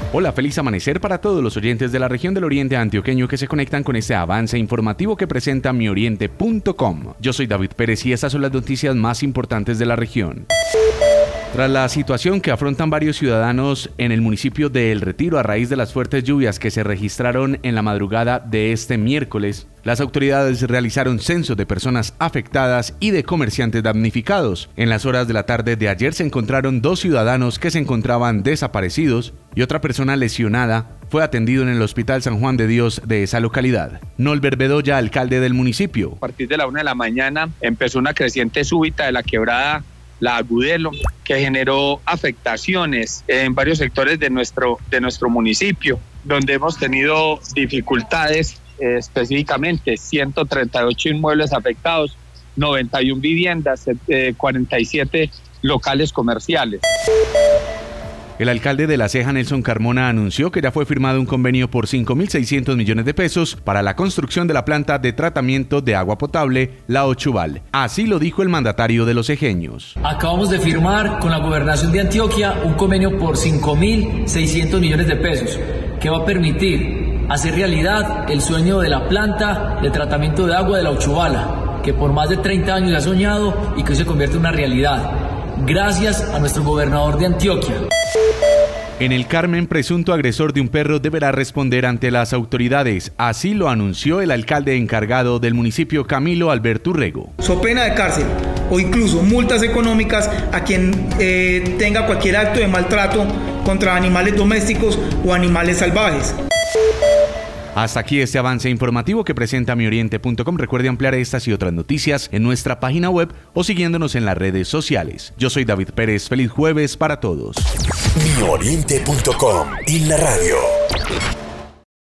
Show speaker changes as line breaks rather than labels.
Hola, feliz amanecer para todos los oyentes de la región del Oriente Antioqueño que se conectan con este avance informativo que presenta mioriente.com. Yo soy David Pérez y estas son las noticias más importantes de la región. Tras la situación que afrontan varios ciudadanos en el municipio de El Retiro a raíz de las fuertes lluvias que se registraron en la madrugada de este miércoles, las autoridades realizaron censos de personas afectadas y de comerciantes damnificados. En las horas de la tarde de ayer se encontraron 2 ciudadanos que se encontraban desaparecidos y otra persona lesionada fue atendido en el Hospital San Juan de Dios de esa localidad. Nolber Bedoya, alcalde del municipio.
A partir de la 1 de la mañana empezó una creciente súbita de la quebrada La Agudelo, que generó afectaciones en varios sectores de nuestro municipio, donde hemos tenido dificultades, específicamente 138 inmuebles afectados, 91 viviendas, 47 locales comerciales.
El alcalde de La Ceja, Nelson Carmona, anunció que ya fue firmado un convenio por 5.600 millones de pesos para la construcción de la planta de tratamiento de agua potable La Ochubal. Así lo dijo el mandatario de los cejeños.
Acabamos de firmar con la Gobernación de Antioquia un convenio por 5.600 millones de pesos que va a permitir hacer realidad el sueño de la planta de tratamiento de agua de La Ochubala, que por más de 30 años ha soñado y que hoy se convierte en una realidad. Gracias a nuestro gobernador de Antioquia.
En el Carmen, presunto agresor de un perro deberá responder ante las autoridades. Así lo anunció el alcalde encargado del municipio, Camilo Alberto Urrego.
So pena de cárcel o incluso multas económicas a quien tenga cualquier acto de maltrato contra animales domésticos o animales salvajes.
Hasta aquí este avance informativo que presenta mioriente.com. Recuerde ampliar estas y otras noticias en nuestra página web o siguiéndonos en las redes sociales. Yo soy David Pérez. Feliz jueves para todos.
mioriente.com y la radio.